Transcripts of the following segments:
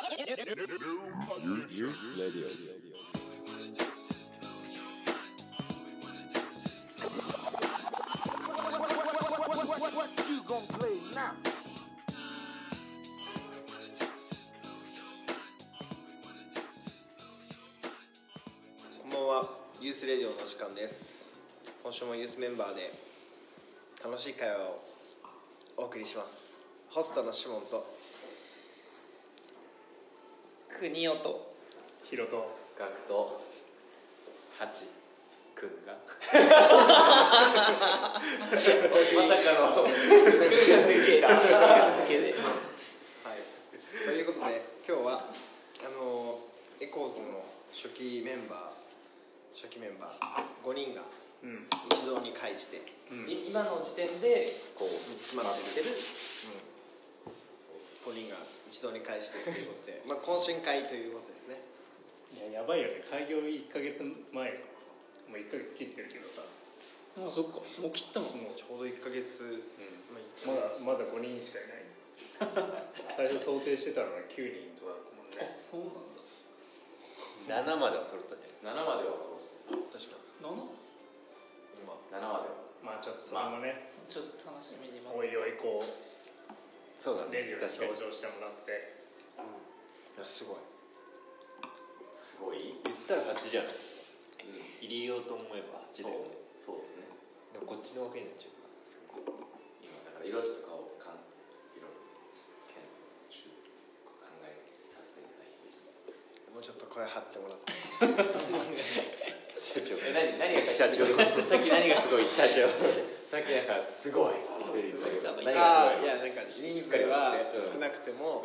Youth Radio. What you gonna play now? こんばんは、ユースレディオの時間です。今週もユースメンバーで楽しい会話をお送りします。ホストのシモンと国音とヒロとガクとハチくんがまさかの付けではいということで今日はエコーズの初期メンバー5人が一堂に会して、 今の時点でこう今なってる、5人が一堂に会してということでまあ懇親会ということですね。 いや、やばいよね。開業1ヶ月前、もう1ヶ月切ってるけどさ、 ああそっかもう切ったのもうちょうど1ヶ月、 まだ5人しかいない最初想定してたのは9人とかだったもんね。 そうなんだ 7までは揃ったね。7までは揃った。 確か 7？ 今7までは。 まあちょっとそれもね、 ちょっと楽しみに待おいおいこうそうだね。 レディオに確かに登場してもらっていやすごいすごい。言ったら8じゃない。入れようと思えば8だよね。そうですね。でもこっちの枠になっちゃう。今だから色ちょっと顔色検討考えさせていただいて。 もうちょっと声張ってもらって社長。何が社長。さっき何がすごい社長。さっきなんかすごい。 ああいやなんか人数は少なくても、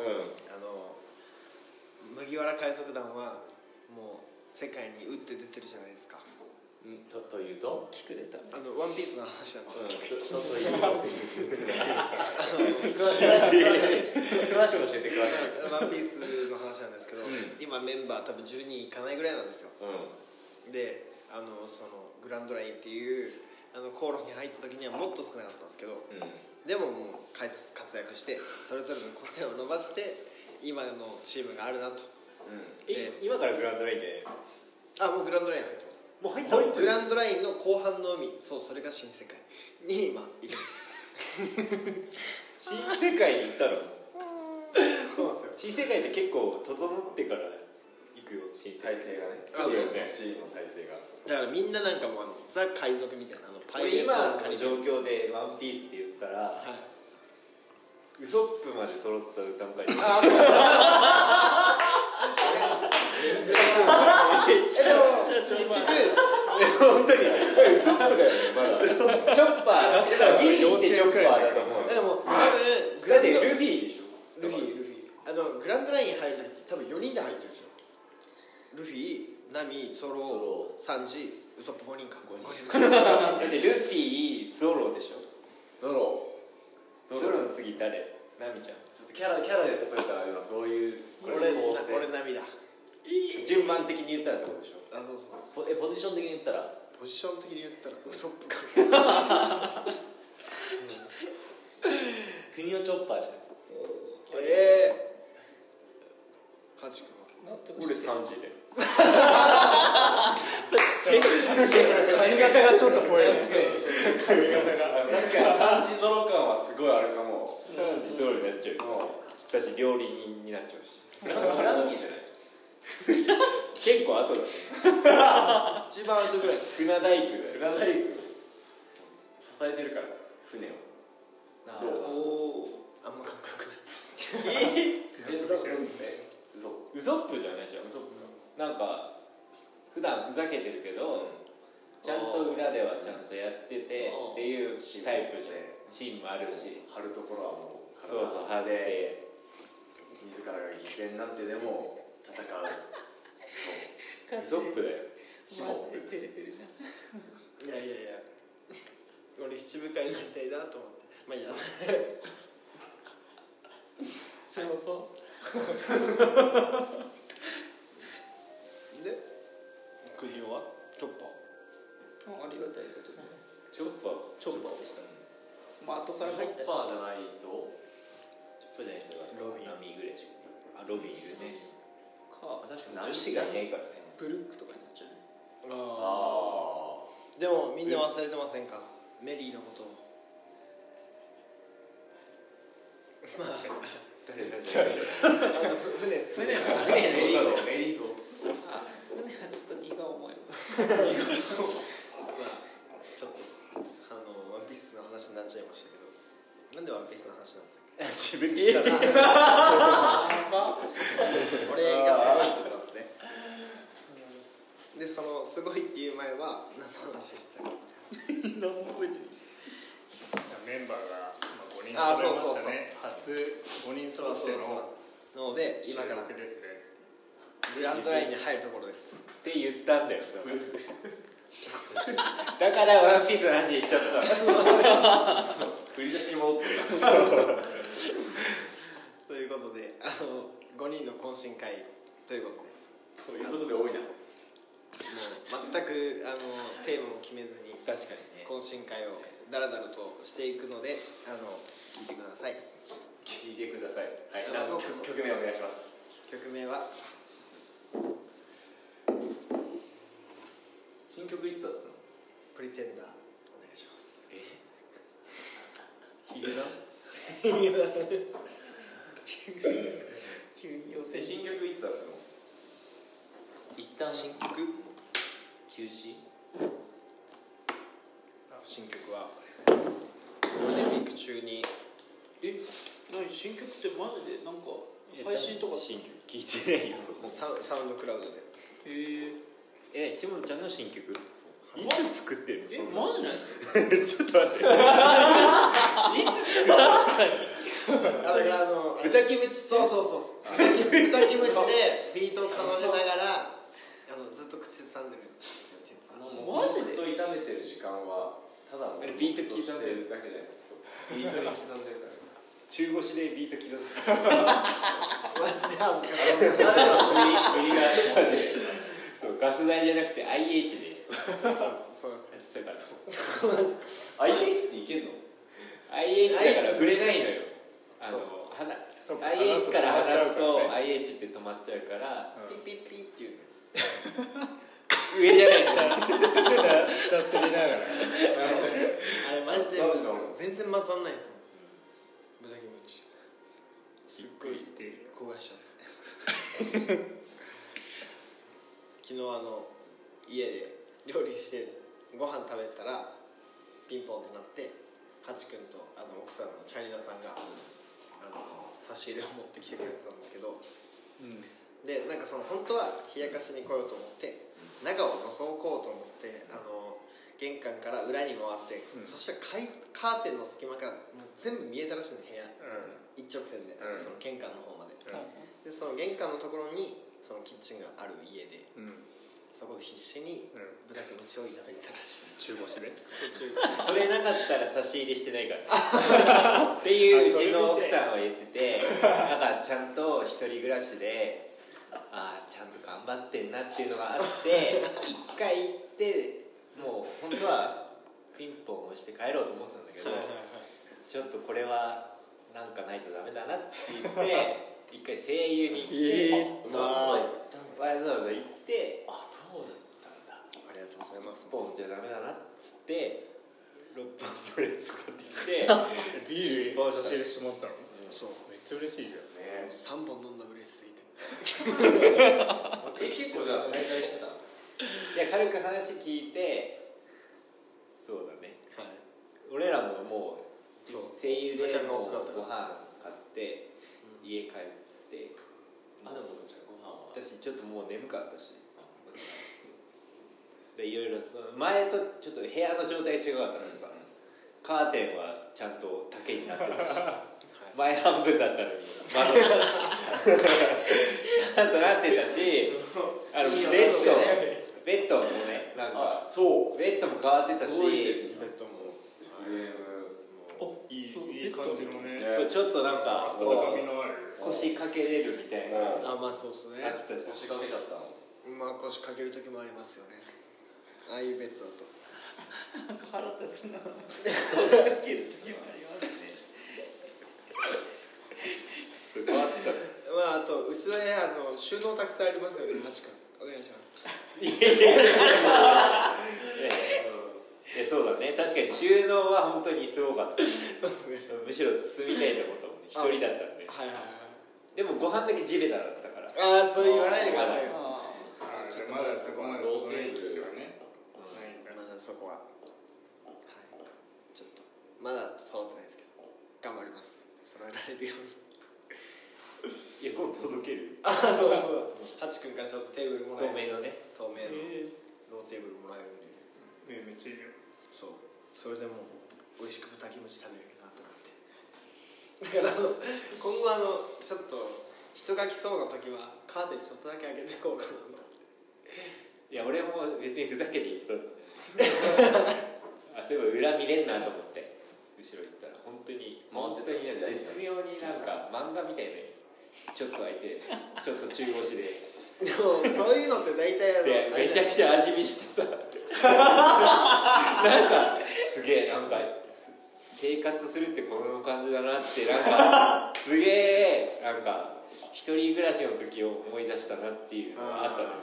麦わら海賊団はもう世界に打って出てるじゃないですか。 というと聞くれたワンピースの話なんですけど、 というと詳しく教えて詳しく。 ワンピースの話なんですけど、今メンバー多分10人いかないぐらいなんですよ。でそのグランドラインっていう航路に入った時にはもっと少なかったんですけど、でももう活躍してそれぞれの個性を伸ばして今のチームがあるなと。 今からグランドラインでもうグランドライン入ってます。 もう入ったグランドラインの後半の海、そうそれが新世界に今いる。 新世界に行ったの？ そうなんですよ。 新世界って結構整ってから行くよ。新世界体制がね。 そうですね。 チームの体制が。 だからみんななんかもうザ海賊みたいなパイレーツ今のを借りて状況でワンピースって言ったら、ウソップまで揃った段階で。本当にウソップだよね。まだチョッパーギリってチョッパーだと思う。 でも多分だってルフィでしょ。 ルフィグランドラインに入るとき多分4人で入ってるんですよ。ルフィ、ナミ、ゾロ、サンジ、ウソップ5人か。 だってルフィ、ゾロでしょ。ゾロの次誰？ナミちゃん。キャラで例えたら今どういう俺ナミだ。 順番的に言ったらってことでしょ。 そうポジション的に言ったらポジション的に言ったらウソップか。 国のチョッパーじゃん。 ハチ君は俺3時で。 髪型がちょっとぽい。 確かに3時ゾロ感はすごいあるかも。3時ゾロになっちゃう。私料理人になっちゃうし。フランキーじゃない。結構後だね。一番後ぐらい。船大工だよ。支えてるから船を。 あんまかっこよくない。 ウソップじゃないじゃん。なんか普段ふざけてるけど、ちゃんと裏ではちゃんとやっててっていうタイプじゃん。チームもあるし、 張るところはもうそう派手。 自らが犠牲になってでも戦う。 ウソップだよ。 マジで照れてるじゃん。 いや俺七部会になりたいなと思って。まあいいや。で国尾はチョッパー。 ありがたいことね。 チョッパーでしたね。まあ後から入ったし。 チョッパーじゃないとチョッパーじゃないとロビンナミぐらいしかね。 ロビンいるね。 か確かに女子がいないからね。 ブルックとかになっちゃうね。 あでもみんな忘れてませんか、メリーのことを。 誰船です船はメリーゴあ、船はちょっと荷が重いわ。 まあちょっとワンピースの話になっちゃいましたけど、なんでワンピースの話なんだっけ。 自分で言ったな。 俺がすごいって言ったんですね。でそのすごいっていう前は何の話してたの。 何も覚えてない。 メンバーが5人揃いましたね。初5人揃ってのので今から収録ですね。 グランドラインに入るところです。 って言ったんだよ。だからワンピースの話しちゃった。 振り出しに戻ってるということで5人の懇親会ということで。 ということで多いな。 もう全くテーマも決めずに確かにね。 懇親会をダラダラとしていくので聞いてください。 聞いてください。はい、なんと曲名お願いします。 曲名は新曲いつ出すの？ プリテンダーお願いします。 ヒゲだ。 急に寄せ新曲いつ出すの？ 一旦新曲休止。 新曲はゴールデンウィーク中に何新曲ってマジでなんか配信とか新曲聞いてないよ。 サウンドクラウドで。 しもちゃんの新曲いつ作ってるの？ マジのやつ？ ちょっと待って。 確かに。 豚キムチ。 そう豚キムチでビートを奏でながらずっと口ずさんでるんですよ実は。 マジで？ ずっと炒めてる時間はただのあれビート刻んでしてるだけじゃないですか。ビートに刻んでるやつ。 中腰でビート刻む。 マジで恥ずかしい。 振りがそうガス代じゃなくて IH で。 そうです。 だから IH っていけんの？ IH だから触れないのよ。 そう IH から離すと話 IH って止まっちゃうからピッピッピッっていうね。 上じゃないの。 下すりながらあれマジで全然混ざんないんですよ。豚キムチすっごい焦がしちゃった。昨日家で料理してご飯食べてたらピンポンってなってハチ君と奥さんのチャリナさんが差し入れを持ってきてくれてたんですけど、でなんか本当は冷やかしに来ようと思って中を覗こうと思って玄関から裏に回って、そしたらカーテンの隙間からもう全部見えたらしいの部屋、一直線でその玄関の方まで、でその玄関のところにそのキッチンがある家で、そこで必死に豚キムチをいただいたらしい。 中腰でそれなかったら差し入れしてないからっていううちの奥さんは言ってて、なんかちゃんと一人暮らしでちゃんと頑張ってんなっていうのがあって一回行ってもう本当はピンポン押して帰ろうと思ってたんだけど、ちょっとこれはなんかないとダメだなって言って一回声優に行って、わざわざ行ってそうだったんだ、 ありがとうございます。 ポンじゃダメだなっつって6本ブレ使ってきてビール差し入れしてもらったの。 そうめっちゃ嬉しいじゃんね。 3本飲んだ嬉しすぎて。 結構じゃあ大会してたんですか？ いや軽く話聞いて、そうだね、俺らももう声優でもうご飯買って家帰ってでもじゃあご飯は私ちょっともう眠かったしでいろいろ前とちょっと部屋の状態違かったからさ、カーテンはちゃんと丈になってたし前半分だったのに窓がちゃんとなってたしベッドもねなんかそうベッドも変わってたし、 ベッドもフレームいい感じのね。 そうちょっとなんか温かみのある。 腰掛けれるみたいなまあそうっすね。 なってたじゃん。 腰掛けちゃったの？ まあ腰掛ける時もありますよね。ああいうベッドだと。 なんか腹立つな。腰掛ける時もありますね。 変わってたね。 まああとうありますよね、ハチ君お願いします。 そうだね、確かに収納は本当にすごかったむしろ進みたいと思ったもんね、一人だったんで。 はいはいはい。 でもご飯だけ地べただったから。 ああ、それ言わないでくださいよ。 まだそこまで整えるっていうかね。 まだそこは、はい、ちょっとまだ揃ってないですけど頑張ります、揃えられるように。 いや、今度届ける。 ああ、そうそう、ハチ君からちょっとテーブルもらえる、 透明のね、 透明のローテーブルもらえるんで、 めっちゃいいよ。 そう、それでもう美味しく豚キムチ食べれるなと思って。だから今後ちょっと人が来そうな時はカーテンちょっとだけ開けていこうかなと。 いや、俺も別にふざけて言っとるあ、そういえば裏見れんなと思って後ろ行ったら、本当に本当に絶妙になんか漫画みたいな、ちょっと開いてちょっと中腰ででもそういうのって大体でめちゃくちゃ味見してさなんかすげえ、なんか生活するってこの感じだなって、なんかすげえなんか一人暮らしの時を思い出したなっていうのがあったのよ。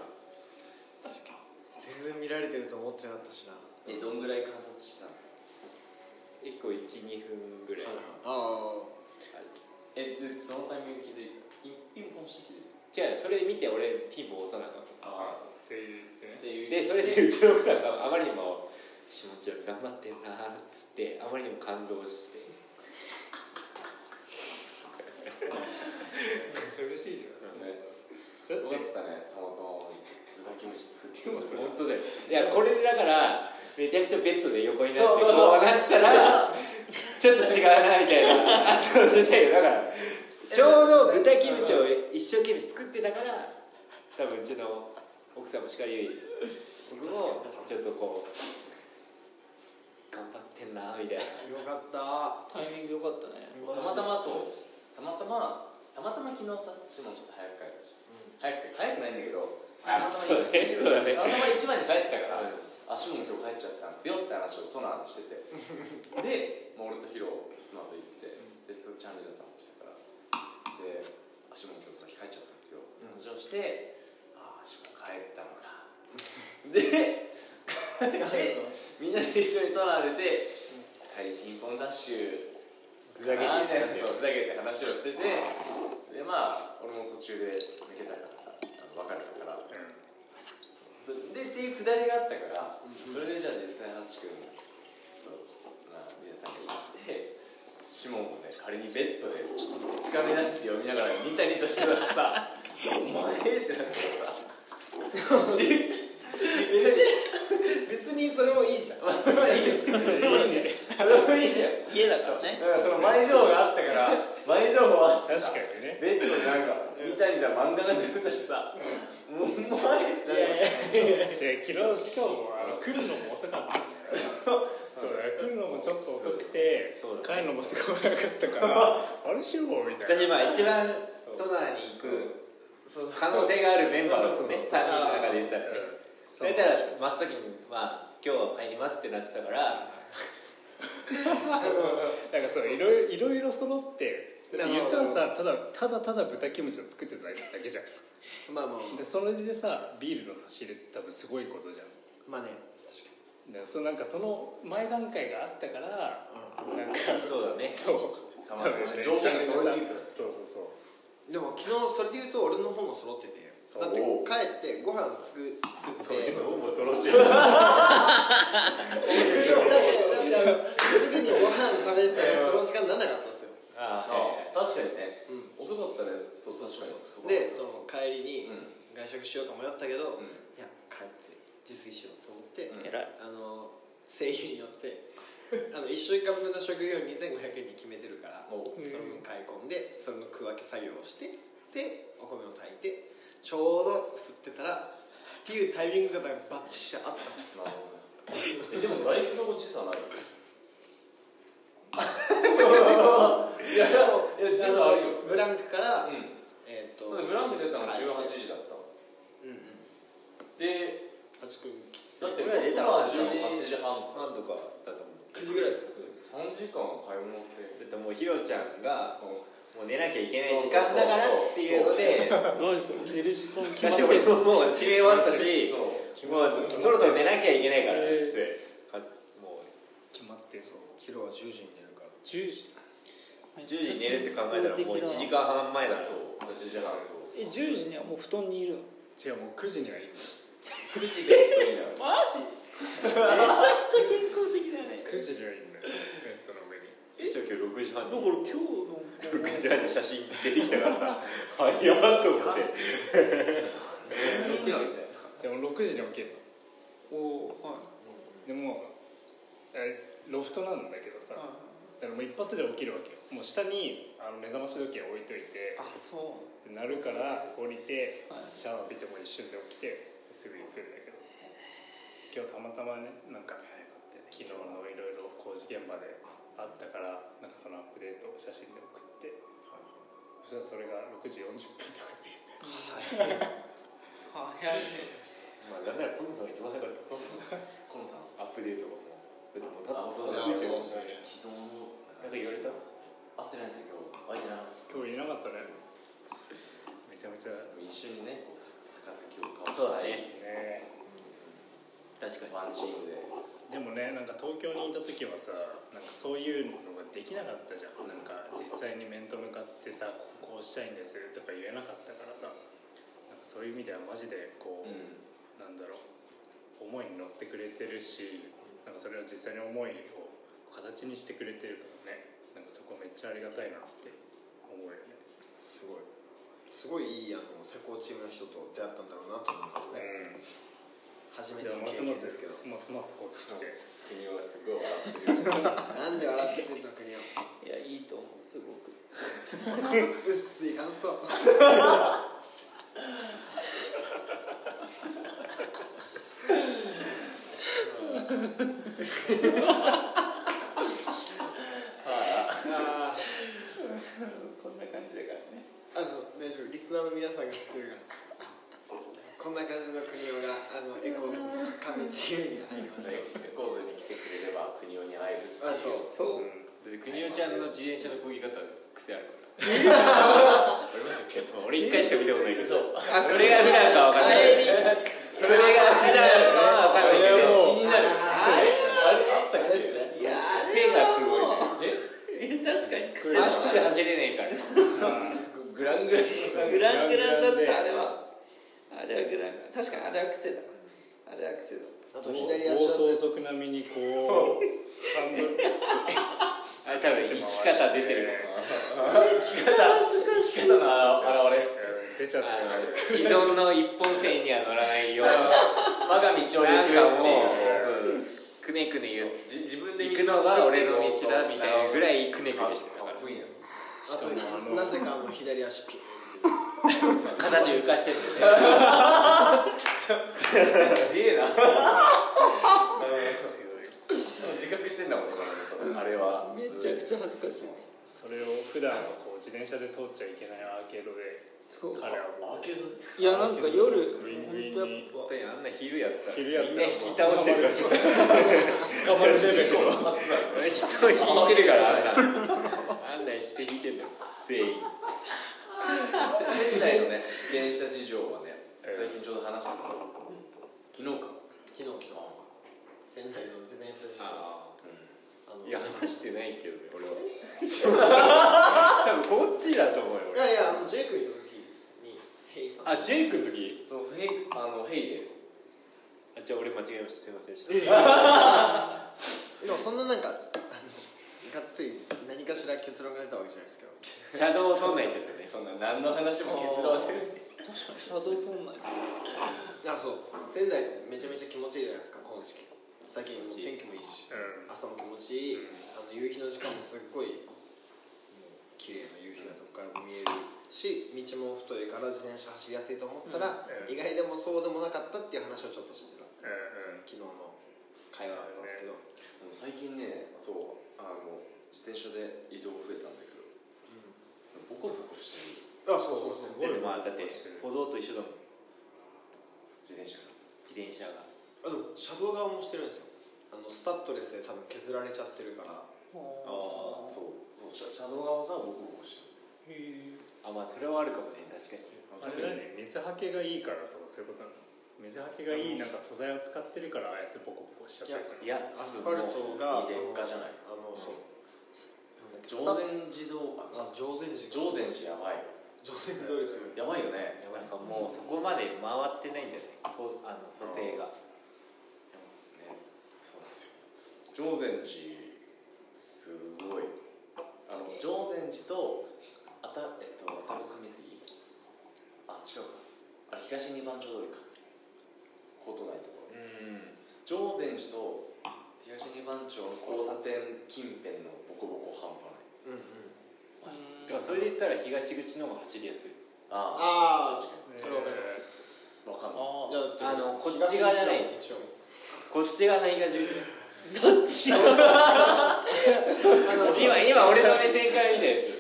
全然見られてると思ってなかったしな。 どんぐらい観察したんですか？ 1個 1,2 分ぐらい。 ああ、 でそのタイミング気づいてピンポンして気づいて、 じゃあそれ見て俺ピンポン押さなかった。 声優ってね。 でそれでうちの奥さんがあまりにも下地は頑張ってんなーっつってあまりにも感動してめっちゃ嬉しいじゃん。 よかったね、たまたま豚キムチ作ってます本当だよ。いや、これでだからめちゃくちゃベッドで横になってこうなってたらちょっと違うなみたいなあったかもしれないけど、だからちょうど豚キムチを一生懸命作ってたから、多分うちの奥さんもしかり僕もちょっとこう頑張ってんなみたいな。 よかった。 タイミング良かったね。 たまたまたまたま昨日さ、しかもちょっと早く帰ったし、早くないんだけど、たまたま1番に帰ったから、足も今日帰っちゃったんですよって話をトナーにしててで、俺とヒロその後行ってで、チャンネルさんも来たからで、足も今日帰っちゃったんですよって話をして、ああ、足も帰ったのかでみんなで一緒にトナー出てピンポンダッシュふざけて話をしてて、でまあ俺も途中で抜けたからさ、別れたから、でっていうくだりがあったから、それでじゃあ実際ハチ君皆さんが行ってシモンもね、仮にベッドでちょっと近めなって読みながらニタニタしてたらさお前ってなってさ別にそれもいいじゃん。 家だからね。 だからその前情報があったから前情報あってさ、 確かにね。 ベッドでなんかニタニタ漫画が出てたらさお前って昨日しかも来るのも遅かったんだよ。そうだ、来るのもちょっと遅くて帰るのもすごい早かったからあれしようみたいな。 私一番トナーに行く可能性があるメンバーですね、3人の中で言ったらね。それたら真っ先にまあ今日は帰りますってなってたからなんかそういろいろ揃って言ったらさ、ただ豚キムチを作ってただけじゃん。 まあまあでそれでさビールの差し入れって多分すごいことじゃん。 まあね、 でなんかその前段階があったから、なんかそうだね、 そうたまたま多分ね条件が揃いすぎてそうでも昨日それで言うと俺の方も揃ってて、だって帰ってご飯作ってほぼ揃ってるだってすぐにご飯食べてその時間にならなかったんですよ。 確かにね、遅かったね。そう確かに。 でその帰りに外食しようと迷ったけど、いや帰って自炊しようと思って、声優によって1週間分の食費を2500円に決めてるから、その分買い込んでその区分け作業をしてでお米を炊いてちょうど作ってたらっていうタイミングがバッチリあった。 なるほど。でもだいぶそこ時差ないよ。いや時差あるよ。 ブランクから、 ブランク出たの18時だった。で、だって僕らは18時半とかだと思う。 9時ぐらいです。 3時間買い物して。 もうヒロちゃんがもう寝なきゃいけない時間だからっていうので何それ寝る時間決まって俺ももう知恵終わったしもうそろそろ寝なきゃいけないからってもう決まってる。 ヒロは10時に寝るから 10時 10時に寝るって考えたらもう1時間半前だと 8時半そう 10時にはもう布団にいるの違う、もう9時にはいいんだ。 9時ベッドになるマジめちゃくちゃ健康的だね 9時にはいいんだよ、ベッドの上に。 今日6時半だから今日の 6時半に写真出てきたからさ早っと思ってでも6時に起きるの。 おおはいでもロフトなんだけどさ、だからもう一発で起きるわけよ。もう下に目覚まし時計置いといて、 あそ鳴るから降りて、 はいシャワー浴びても一瞬で起きてすぐ行くんだけど、今日たまたまね、なんか昨日のいろいろ工事現場であったから、なんかそのアップデートを写真で送って、そしたらそれが6時40分とかで早いねまあなんならコンさんが一番早かったコンさんアップデートがもうだってもうあそうついてるそう昨日なんか言われた会ってないんですよ今日会えてない今日いなかったね。めちゃめちゃ一緒にねこう杯を交わそうだしてねね。 確かにワンチームででもね、なんか東京にいた時はさ、なんかそういうのができなかったじゃん。なんか実際に面と向かってさ、こうしたいんですとか言えなかったからさ、なんかそういう意味ではマジでこう、なんだろう、思いに乗ってくれてるし、なんかそれを実際に思いを形にしてくれてるからね、なんかそこめっちゃありがたいなって思うよね。 すごいいい施工チームの人と出会ったんだろうなと思いますね、初めての経験ですけどますますこっち来て、 国はすごい笑ってるなんで笑ってんの国をいやいいと思うすごくうっすい感想こんな感じだからね大丈夫リスナーの皆さんが知ってるからこんな感じの国尾がエコーズ神チームに入りましたレコードに来てくれれば国尾に会えるあそうで国尾ちゃんの自転車の漕ぎ方癖あるからありましたっけ俺一回しか見たことないけどあそれが普段か分かんないそれが普段かは分かんないけど気になるあれあったっけですねいや癖がすごいね確かに癖まっすぐ走れねえからグラングラングラングランだったあれはグラン確かにあれは癖だあれは癖だあと左足暴は走族並みにこうハンドルあれ多分生き方出てるの生き方の現れ出ちゃったよ。 既存の一本線には乗らないよ我が道を行くなんっていうかもうくねくね言う自分で行くのが俺の道だみたいなぐらいくねくねしてたからかっこいいなあとなぜか左足ピーンって形浮かしてるんだよねすげえなすごい自覚してんだもんねあれはめちゃくちゃ恥ずかしいそれを普段はこう自転車で通っちゃいけないアーケードでそう彼はもう開けずいやなんか夜グイグイに本当やっ本当にあんな昼やったら昼やったらみんな引き倒してるから捕まるレベルの初だよ人引いてるからあんな人引いてんだよ全員仙台のね自転車事情はね最近ちょうど話してたの昨日か昨日仙台の自転車事情いや話してないけどね俺は多分こっちだと思うよいやいやジェイクいた時にヘイさんあジェイクの時そうヘイであじゃあ俺間違えましたすいませんでしたでもそんななんかがっつり何かしら結論が出たわけじゃないですけど車道を通んないんですよねそんな何の話も削らせる車道通んないあそう仙台ってめちゃめちゃ気持ちいいじゃないですかこの時期最近もう天気もいいし、朝も気持ちいい、夕日の時間もすっごいもう綺麗な夕日がどこからも見えるし道も太いから自転車走りやすいと思ったら、意外でもそうでもなかったっていう話をちょっとしてた、昨日の会話なんですけど、 最近ねそう自転車で移動増えたんだけど、ボコボコしてるあそうでもまあだって歩道と一緒だもん自転車がでも車道側もしてるんですよスタッドレスで多分削られちゃってるからそう車道側がボコボコしてるんですよまあそれはあるかもね、確かに。 あれだね、水はけがいいからとかそういうことなの？水はけがいいなんか素材を使ってるからああやってボコボコしちゃったりする。 いや、 アスファルトが劣化じゃない。 そう常禅寺道常禅寺やばい。 常禅寺ですよ。 やばいよね。 なんかもうそこまで回ってないんだよね、補正が。 ね、そうなんですよ。常禅寺すごい。常禅寺と愛宕上杉。違うか。あれ東二番町通りか。コート内のところ。常禅寺と東二番町の交差点近辺のボコボコ半端ない。 だからそれで言ったら東口の方が走りやすい。 ああ、 確かに。 それわかります。 わかんない。 いやだってこっち側じゃないです。こっち側の東口。どっち今俺の目線から見たやつ。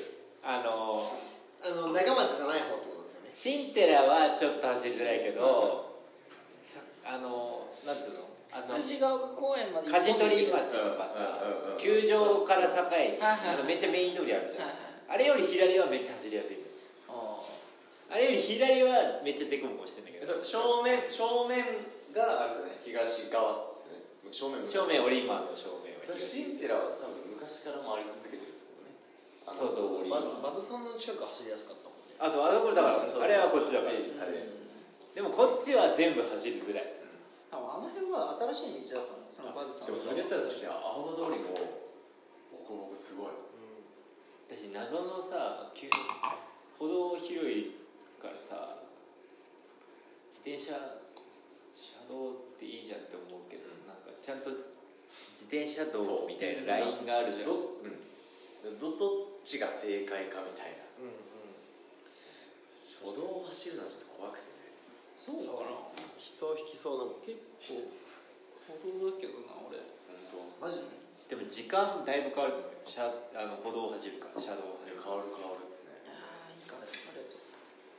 長町じゃない方ってことですよね。 シンテラはちょっと走りづらいけど、なんていうの、 藤ヶ丘公園まで梶取町とかさ、球場から境にめっちゃメイン通りあるじゃん。あれより左はめっちゃ走りやすい。あれより左はめっちゃデコボコしてんだけど、 正面があれですよね、東側ですよね。 正面俺今の正面はシンテラは多分昔から回り続けてるんですよね。 そうバズさんの近く走りやすかったもんね。 あそこだから、あれはこっちだから。でもこっちは全部走りづらい。 あの辺は新しい道だったの、そのバズさん。 でもそれで言ったら確かに青葉通りもボコボコすごい。 私謎のさ、歩道広いからさ、自転車道っていいじゃんって思うけど、なんかちゃんと自転車道みたいなラインがあるじゃん。 どっちが正解かみたいな。歩道を走るのはちょっと怖くてね。 そうかな。 人を引きそうだもん。 結構歩道だけどな俺。 マジで。 でも時間だいぶ変わると思うよ。歩道を走るか車道を走るか。 変わるっすね。 いいかもありがとう。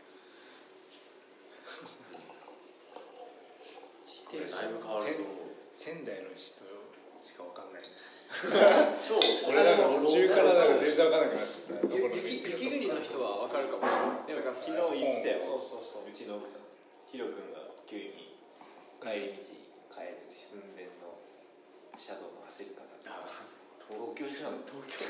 これだいぶ変わると思う。 仙台の人しかわかんない。 俺なんか途中からなんか全然わかんなくなっちゃった。 雪国の人はわかるかもしれない。 でも昨日言ってたよ。 そううちの奥さんヒロ君が急に帰り道帰る寸前の車道の走り方。東京じゃん。東京。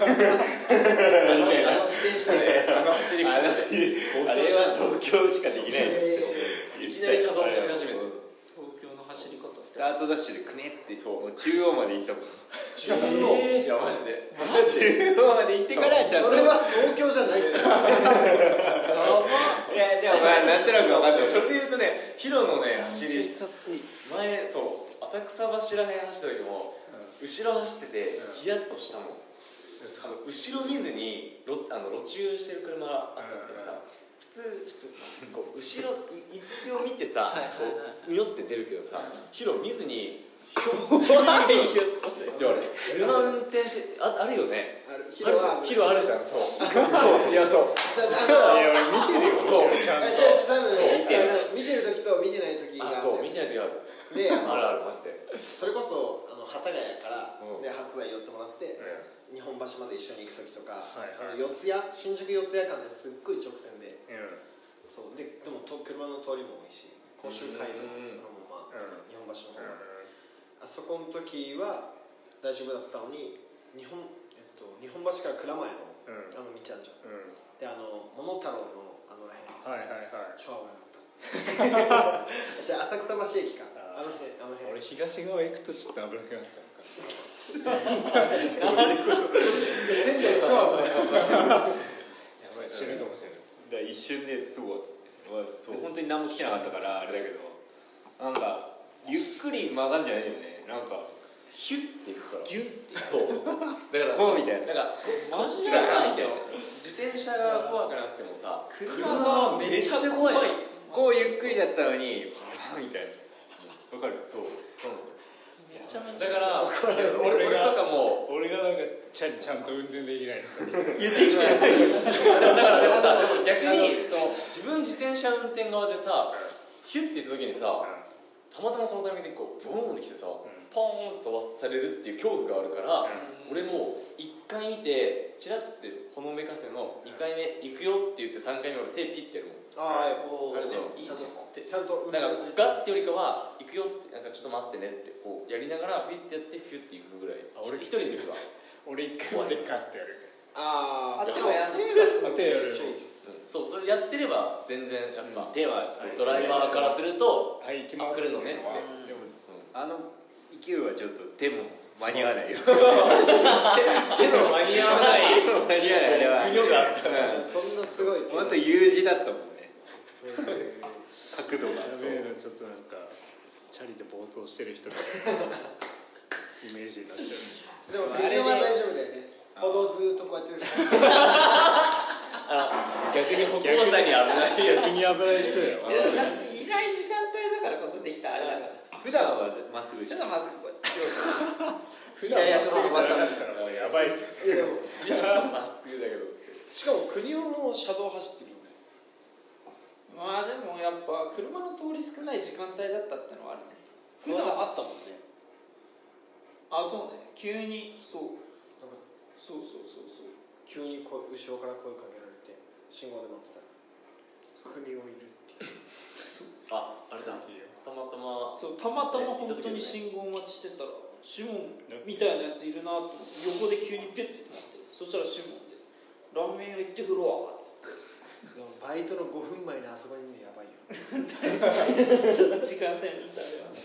自転車で走り方。あれは東京しかできないです。 いきなり車道走り始める。 東京の走り方。 スタートダッシュでくねってもう中央まで行ったもん。 いやマジで。 中央まで行ってからちゃんと。 それは東京じゃないっすよ。 いやでもまあなんとなく分かんない。 それで言うとね、ヒロのね走り前前浅草橋らへん走った時も後ろ走っててヒヤッとしたもん。後ろ見ずに路駐してる車あったんですけどさ、普通こう後ろ一応見てさ、こううよって出るけどさ、ヒロ見ずにでもあれ車運転してあるよね。ヒロあるじゃん。そういやそういや俺見てるよ。そうちゃんと。 見てる時と見てない時がある。 そう見てない時ある。 であるマジで。 それこそ幡ヶ谷からで初台寄ってもらって日本橋まで一緒に行く時とか、新宿四谷間ですっごい直線で、そうでも車の通りも多いし、甲州街道そのまま日本橋の方まで、あそこの時は大丈夫だったのに日本橋から蔵前の道あるじゃん。で桃太郎のらへん超危なかった。じゃあ浅草橋駅か。あの辺俺東側行くとちょっと危なくなっちゃうから仙台超危ない。 やばい死ぬかもしれない。 一瞬ですごい本当に何も来てなかったからあれだけど、なんかゆっくり曲がんじゃないよね。なんかヒュッていくからギュッてそうだからこうみたいな。 なんかこっちがさ自転車が怖くなくてもさ車がめっちゃ怖いじゃん。 こうゆっくりだったのにみたいな。わかる。そうなんですよ。 だから俺とかも俺がなんかちゃんと運転できないですか言ってきてない。 でもさ逆に自分自転車運転側でさヒュッて言った時にさたまたまそのタイミングでこうボーンってきてさポーンと飛ばされるっていう恐怖があるから、俺も一回にいてチラッてほのめかせの2回目行くよって言って3回目俺手ピッてやるもん。 あれねいいねちゃんとなんかガッてよりかは行くよってなんかちょっと待ってねってこうやりながらピッてやってピュッて行くぐらい。俺一人の時は俺一回までガッてやるあ手はやん手出すの手やるそうそれやってれば全然やっぱ手はドライバーからするとはい行きます来るのねってでも勢いはちょっと手も間に合わないよ手の間に合わない間に合わないあれは色があったそんなすごいほんと U 字だったもんね角度がやべえなちょっとなんかチャリで暴走してる人みたいなイメージになっちゃうでも国は大丈夫だよね歩道ずっとこうやって逆に歩行者に危ない逆に危ない人だよいやだっていない時間帯だからこそできたあれだから普段はまっすぐちょっとまっすぐこうやって普段左足のままさだったらもうやばいっすよいやでもまっすぐだけどしかも国をもう車道走ってるよねまあでもやっぱ車の通り少ない時間帯だったってのはあるね普段あったもんねあそうね急にそうなんかそう急に後ろから声かけられて信号で待ってたら国をいるっていうあれだたまたまそうたまたま本当に信号待ちしてたらシモンみたいなやついるなと思って横で急にピュッてなってそしたらシモンでラーメン屋行ってくるわっつってバイトの5分前にあそこにいるのやばいよちょっと時間制限したよ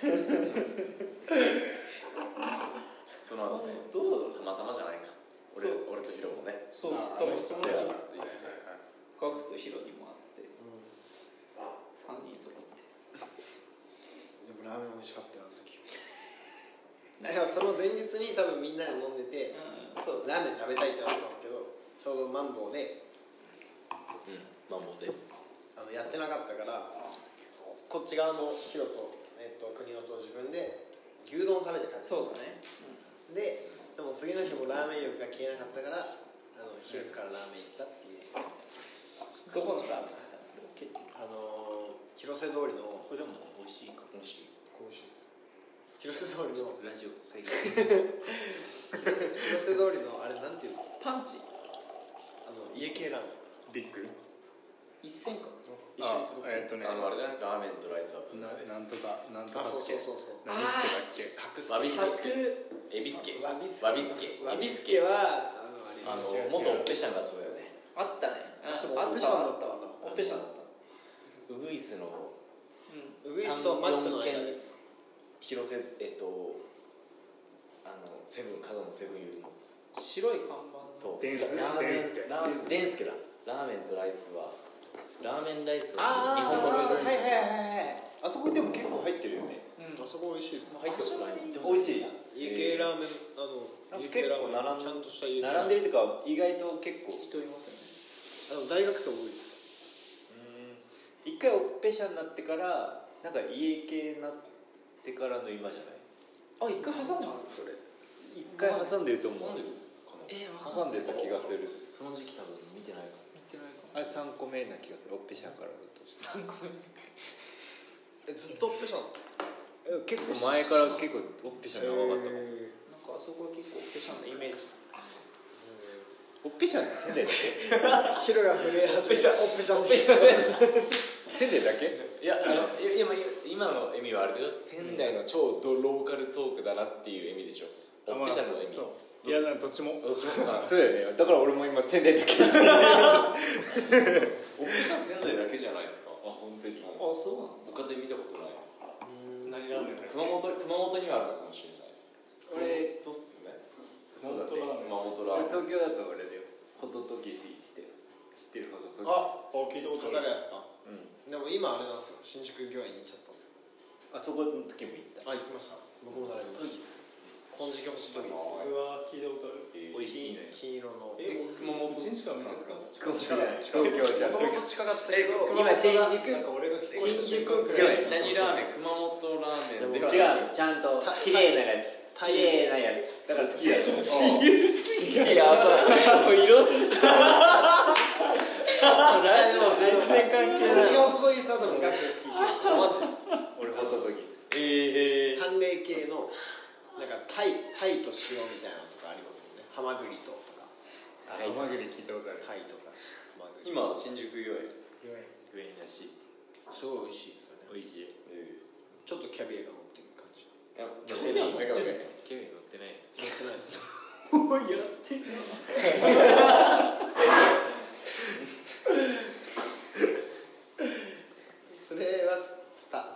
その後ねどうだろうたまたまじゃないか俺とヒロもねそうあ多分その時はいガクとヒロにもあって3人揃ってでもラーメン美味しかったよあの時だからその前日に多分みんなで飲んでてそうラーメン食べたいってなったんですけどちょうどマンボウでマンボウでやってなかったからこっち側のヒロと、国野と自分で牛丼を食べて帰ってそうだねでも次の日もラーメン欲が消えなかったから昼からラーメン行ったっていうどこのラーメンだったんですか結局広瀬通りのこれでも美味しいか美味しい広瀬通りのラジオ最近広瀬通りのあれなんていうのパンチ家系ラーメンビッグ一銭か一緒にあれじゃないラーメンとライスは文化ですなんとかそう助けそうそう何助だっけわびすけエビすけわびすけは元オペシャンがそうだよねあったねあそうあっオペシャンだったわオペシャンだったウグイスのウグイスとマックの間 3-4 です広瀬セブン角のセブンよりも白い看板そうデンスケラーメンデンスケデンスケだラーメンとライスはラーメンライスあは日本語のはいはいあそこでも結構入ってるよねあそこ美味しいです入ってことない美味しい家系ラーメン家系ラーメン結構ちゃんとした家系並んでるっていうか意外と結構人いますよね大学生多いです一回オペシャになってからなんか家系になってからの今じゃないあ一回挟んでますそれ一回挟んでると思う挟んでるかな挟んでた気がするその時期多分見てないかも見てないかあれ3個目な気がするオペシャンからだと 3個目ずっとオペシャン結構前から結構オペシャン長かったもんなんかあそこは結構オペシャンのイメージオペシャンって仙台だけヒロが震え始めたオペシャン仙台だけいや今の意味はあるけど仙台の超ドローカルトークだなっていう意味でしょオペシャンの意味そういやどっちもどっちもそうだよねだから俺も今仙台だけオペシャン仙台だけじゃないですかあ本当にあそうなの他で見たことない何ラーメンだっけ熊本にはあるのかもしれない俺どうっすよね熊本ラーメン熊本ラーメン東京だと俺だよホトトギスって知ってるホトトギス聞いたこと語あるるやつかでも今あれなんですよ新宿御苑に行っちゃったんですよあそこの時も行った行きました僕も大丈夫です金色ホトトギスうわ聞いたことある美味しいね金色の熊本うちんちからめっちゃ使う東京じゃんもともと近かったけど今新宿なんか俺が来て新宿御苑何ラーメン熊本ラーメンで違うちゃんと綺麗なやつ綺麗なやつだから好きだよいやもういろんなラジオ全然関係ない金色ホトトギスだとガクが好きですマジ俺ホトトギス淡麗系のなんかタイと塩みたいなのとかありますよね浜マグリとかハマグリ聞いたことある。 タイとかマグリ今新宿御苑上になしすごい美味しいですよね。 美味しい。 ちょっとキャビアが乗ってる感じ。 いや乗ってないキュウリ乗ってない。 乗ってないですよ。 おいやってんなそれはスタ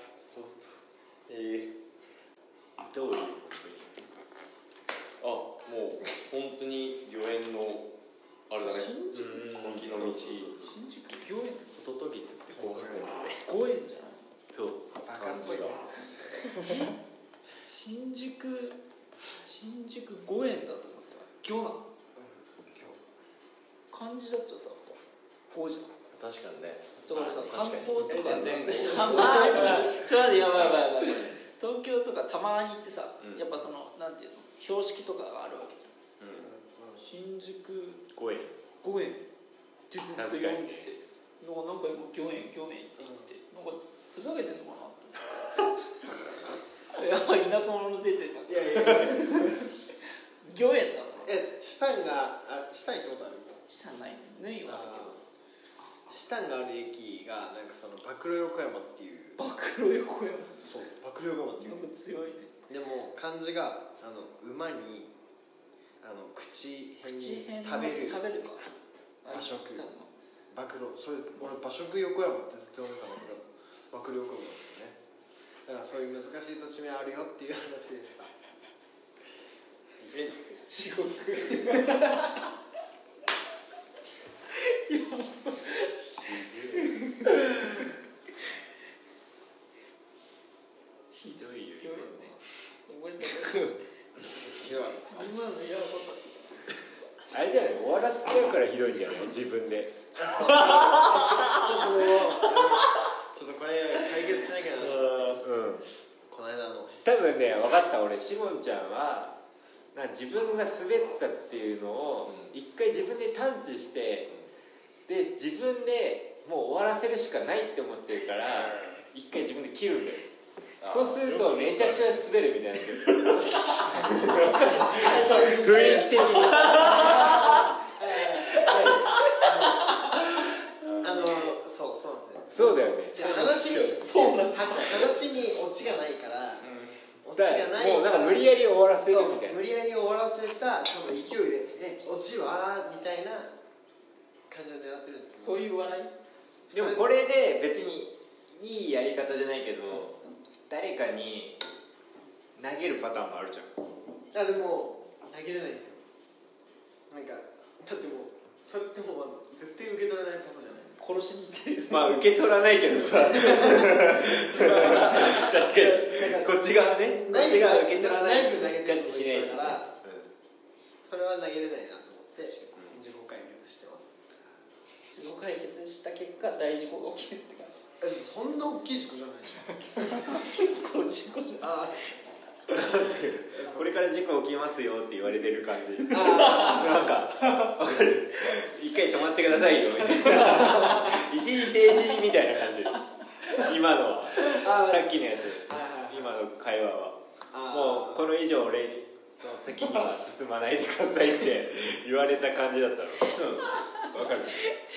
どういうあもう本当に御苑のあれだね新宿本気の道新宿御苑ホトトギスってこうですね。 御苑じゃないそう。 バカっぽいわ。 新宿御苑だと思ってた。御なの漢字だとさ御じゃん。 確かにねだからさ観光とか全然たまにちょっと待ってやばいやばいやばい東京とかたまに行ってさ、やっぱそのなんていうの標識とかがあるわけじゃん、新宿ご縁。 御苑ってずっと読んでてなんか今御苑って言っててなんかふざけてんのかなってやばい田舎者出てた。 いやいや御苑だもん。 シュタンがシュタン行ったことある？ したない縫いはあるシュタンがある駅がなんかその暴露横山っていう暴露横山そう暴露横山っていなんうか強いね。 でも漢字が馬に口辺に食べるか馬食あ言ったの暴露それ俺馬食横山ってずっと読んでたんだけど暴露横山ですよね。だからそういう難しい土地名あるよっていう話でした。 地獄ひどいよ。 御苑ね覚えてる今のやばかったあれじゃない、終わらせちゃうからひどいんじゃない、自分で。 ちょっとこれ解決しなきゃな。この間多分ね、分かった。俺しもんちゃんは自分が滑ったっていうのを一回自分で探知して、で自分でもう終わらせるしかないって思ってるから一回自分で切るんだよ。そうするとめちゃくちゃ滑るみたいな雰囲気的にそうなんですよ。 そうだよね。 話にオチがないから、オチがないもうなんか無理やり終わらせるみたいな。 無理やり終わらせた多分勢いでオチはみたいな感じを狙ってるんですけど、 そういう笑いでもこれで別にいいやり方じゃないけど誰かに投げるパターンもあるじゃん。 でも投げれないんですよ。なんかだってもうそれってもう絶対受け取れないパスじゃないですか。 殺しに行ってるまあ受け取らないけどさ確かにこっち側ね、こっち側受け取らない投げキャッチしないしね、 からそれは投げれないなと思って自己解決してます。 自己解決した結果大事故が起きるって感じ。 そんな大きい事故じゃないじゃん。 事故じゃん。 これから事故起きますよって言われてる感じなんか分かる、一回止まってくださいよみたいな一時停止みたいな感じ。今のはさっきのやつ、今の会話はもうこの以上俺の先には進まないでくださいって言われた感じだったの。分かる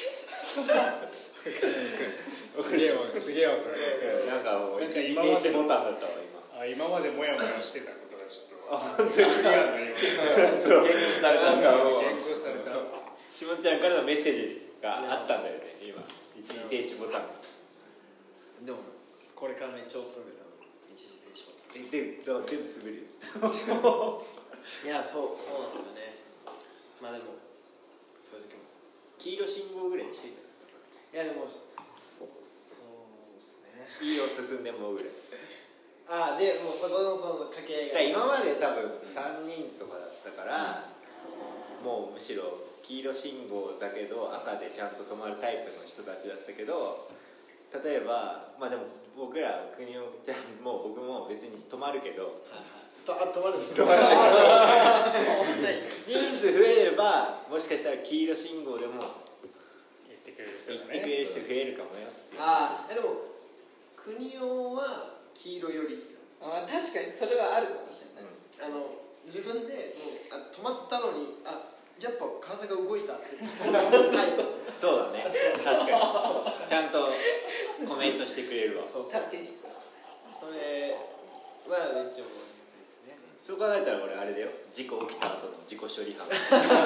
すげえわかる。 なんかもう一時停今まで止ボタンだったわ今までモヤモヤしてたことがちょっと本当にクリアになりました。 言語された。 言語された。 しもちゃんからのメッセージがあったんだよね今。一時停止ボタン。 でもこれからめっちゃ遅めたの一時停止ボタン。 でだから全部滑るよ。 いやそうなんですよね。まあでもそういう時も黄色信号ぐらいにしていた。 いやでもそうですね。 いいよ進んでもぐらい。 でもうそこのその掛け合いが今まで多分3人とかだったから、もうむしろ黄色信号だけど赤でちゃんと止まるタイプの人たちだったけど、例えばまあでも僕ら国をちゃんも僕も別に止まるけど、 止まるんです止まる人数増えればもしかしたら黄色信号でも言ってくれる人行がね。 ってくれる人増えるかもよっていう。 でも国王は黄色より好き。 確かにそれはあるかもしれない。 自分でもう止まったのにやっぱ体が動いたってそうだね確かにちゃんとコメントしてくれるわそう助けにそれはめっちゃ面白いですね。 そう考えたら俺あれだよ事故起きた後の自己処理班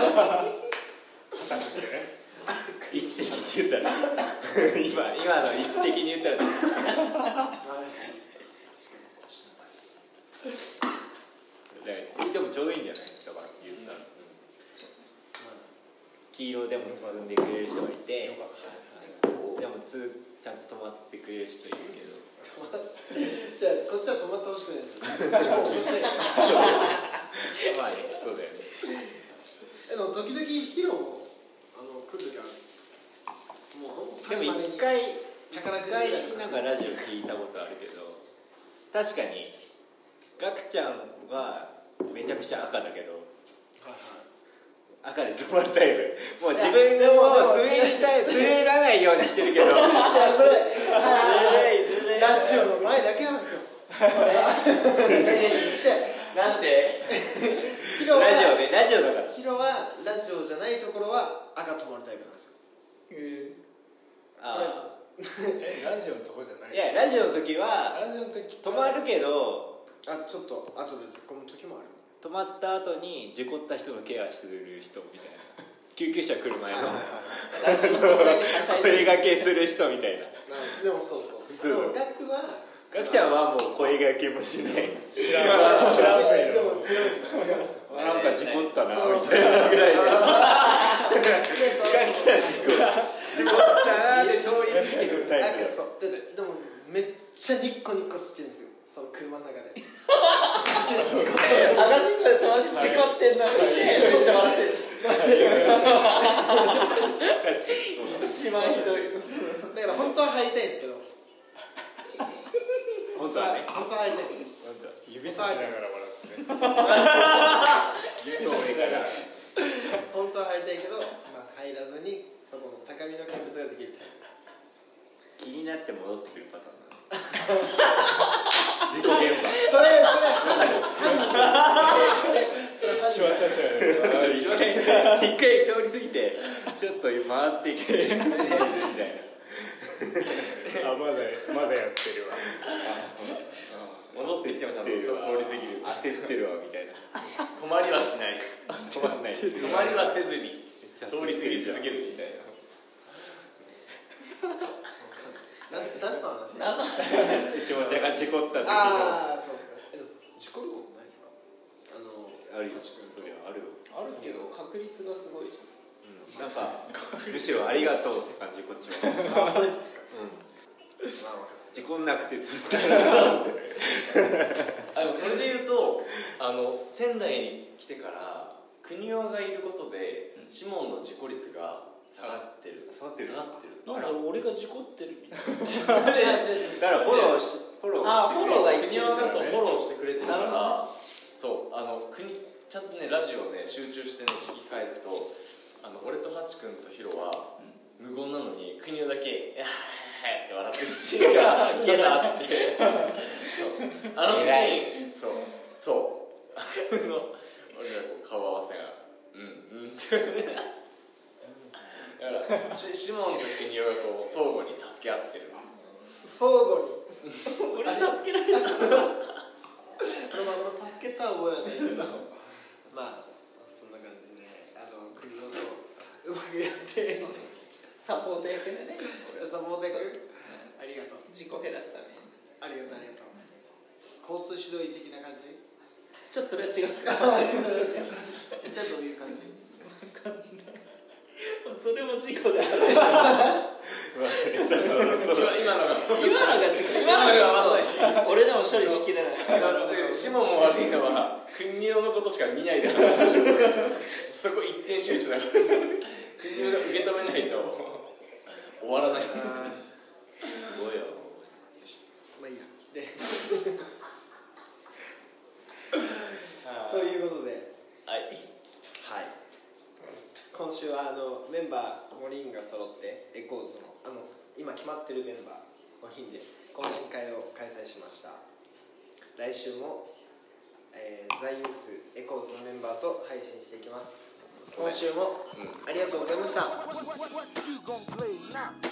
位置的に言ったら今の位置的に言ったらでもちょうどいいんじゃないだから言ったら、黄色でも進んでくれる人がいてでもちゃんと止まってくれる人いるけどじゃあこっちは止まってほしくないですよまあねそうだよねでも時々ヒロも来る時あるもうでも一回宝くじなんかラジオ聞いたことあるけど確かにガクちゃんはめちゃくちゃ赤だけど赤で止まるタイプもう自分でも滑らないようにしてるけどラジオの前だけなんですよなんでヒロはラジオだからヒロはラジオじゃないところは赤止まるタイプなんですよラジオのとこじゃないいやラジオの時はラジオの時止まるけどちょっと後で突っ込む時もある止まった後に事故った人のケアしてくれる人みたいな救急車来る前の声掛けする人みたいなでもそうでもガクちゃんはもう声掛けもしない知らないでも違うんですなんか事故ったなみたいなぐらいでガクちゃん事故ったなで通り過ぎてくるタイプそうでもめっちゃニッコニコしてるんですよその車の中で赤信号で止まって事故ってんの見てめっちゃ笑ってる一番ひどいだから本当は入りたいんですけど本当はね本当は入りたいんです指さしながら笑ってね本当は入りたいけど、入らずにそこの高みの見物ができるタイプ気になって戻ってくるパターンだ事故現場それ一回通り過ぎてちょっと回ってきてみたいなまだやってるわ戻ってきてもちゃんと通り過ぎる焦ってるわみたいな止まりはしない止まんない止まりはせずに通り過ぎ続けるみたいな何の話下茶が事故った時のそうですか事故ることないですかあるよそれはあるよあるけど確率がすごいじゃんなんかむしろありがとうって感じこっちは事故んなくて済んだでもそれで言うと仙台に来てから国尾がいることでシモンの事故率が下がってるなんか俺が事故ってるみたいだからフォローが国尾がそうフォローしてくれてるからそうちゃんとねラジオね集中してね聞き返すと俺とハチ君とヒロは無言なのに国尾だけ「って笑ってるシーンがあってあのシーンそう俺らこう顔合わせがってだからシモンと国尾がこう相互に助け合ってる相互に俺助けられた助けた覚えはないけどそんな感じで国のとうまくやってサポート役でねサポート役ありがとう事故減らすためにありがとう交通指導員的な感じちょっとそれは違うじゃあどういう感じそれも事故だよ今のがまさに俺でも処理しきれないシモンも悪いのは国尾のことしか見ないで話してるそこ一点集中だから国尾が受け止めないと終わらないんですすごいよいいやでということで今週はメンバー5人が揃ってエコーズの今決まってるメンバー5人で懇親会を開催しました。来週もザ・ユースエコーズのメンバーと配信していきます。今週もありがとうございました。 What you gonna play now?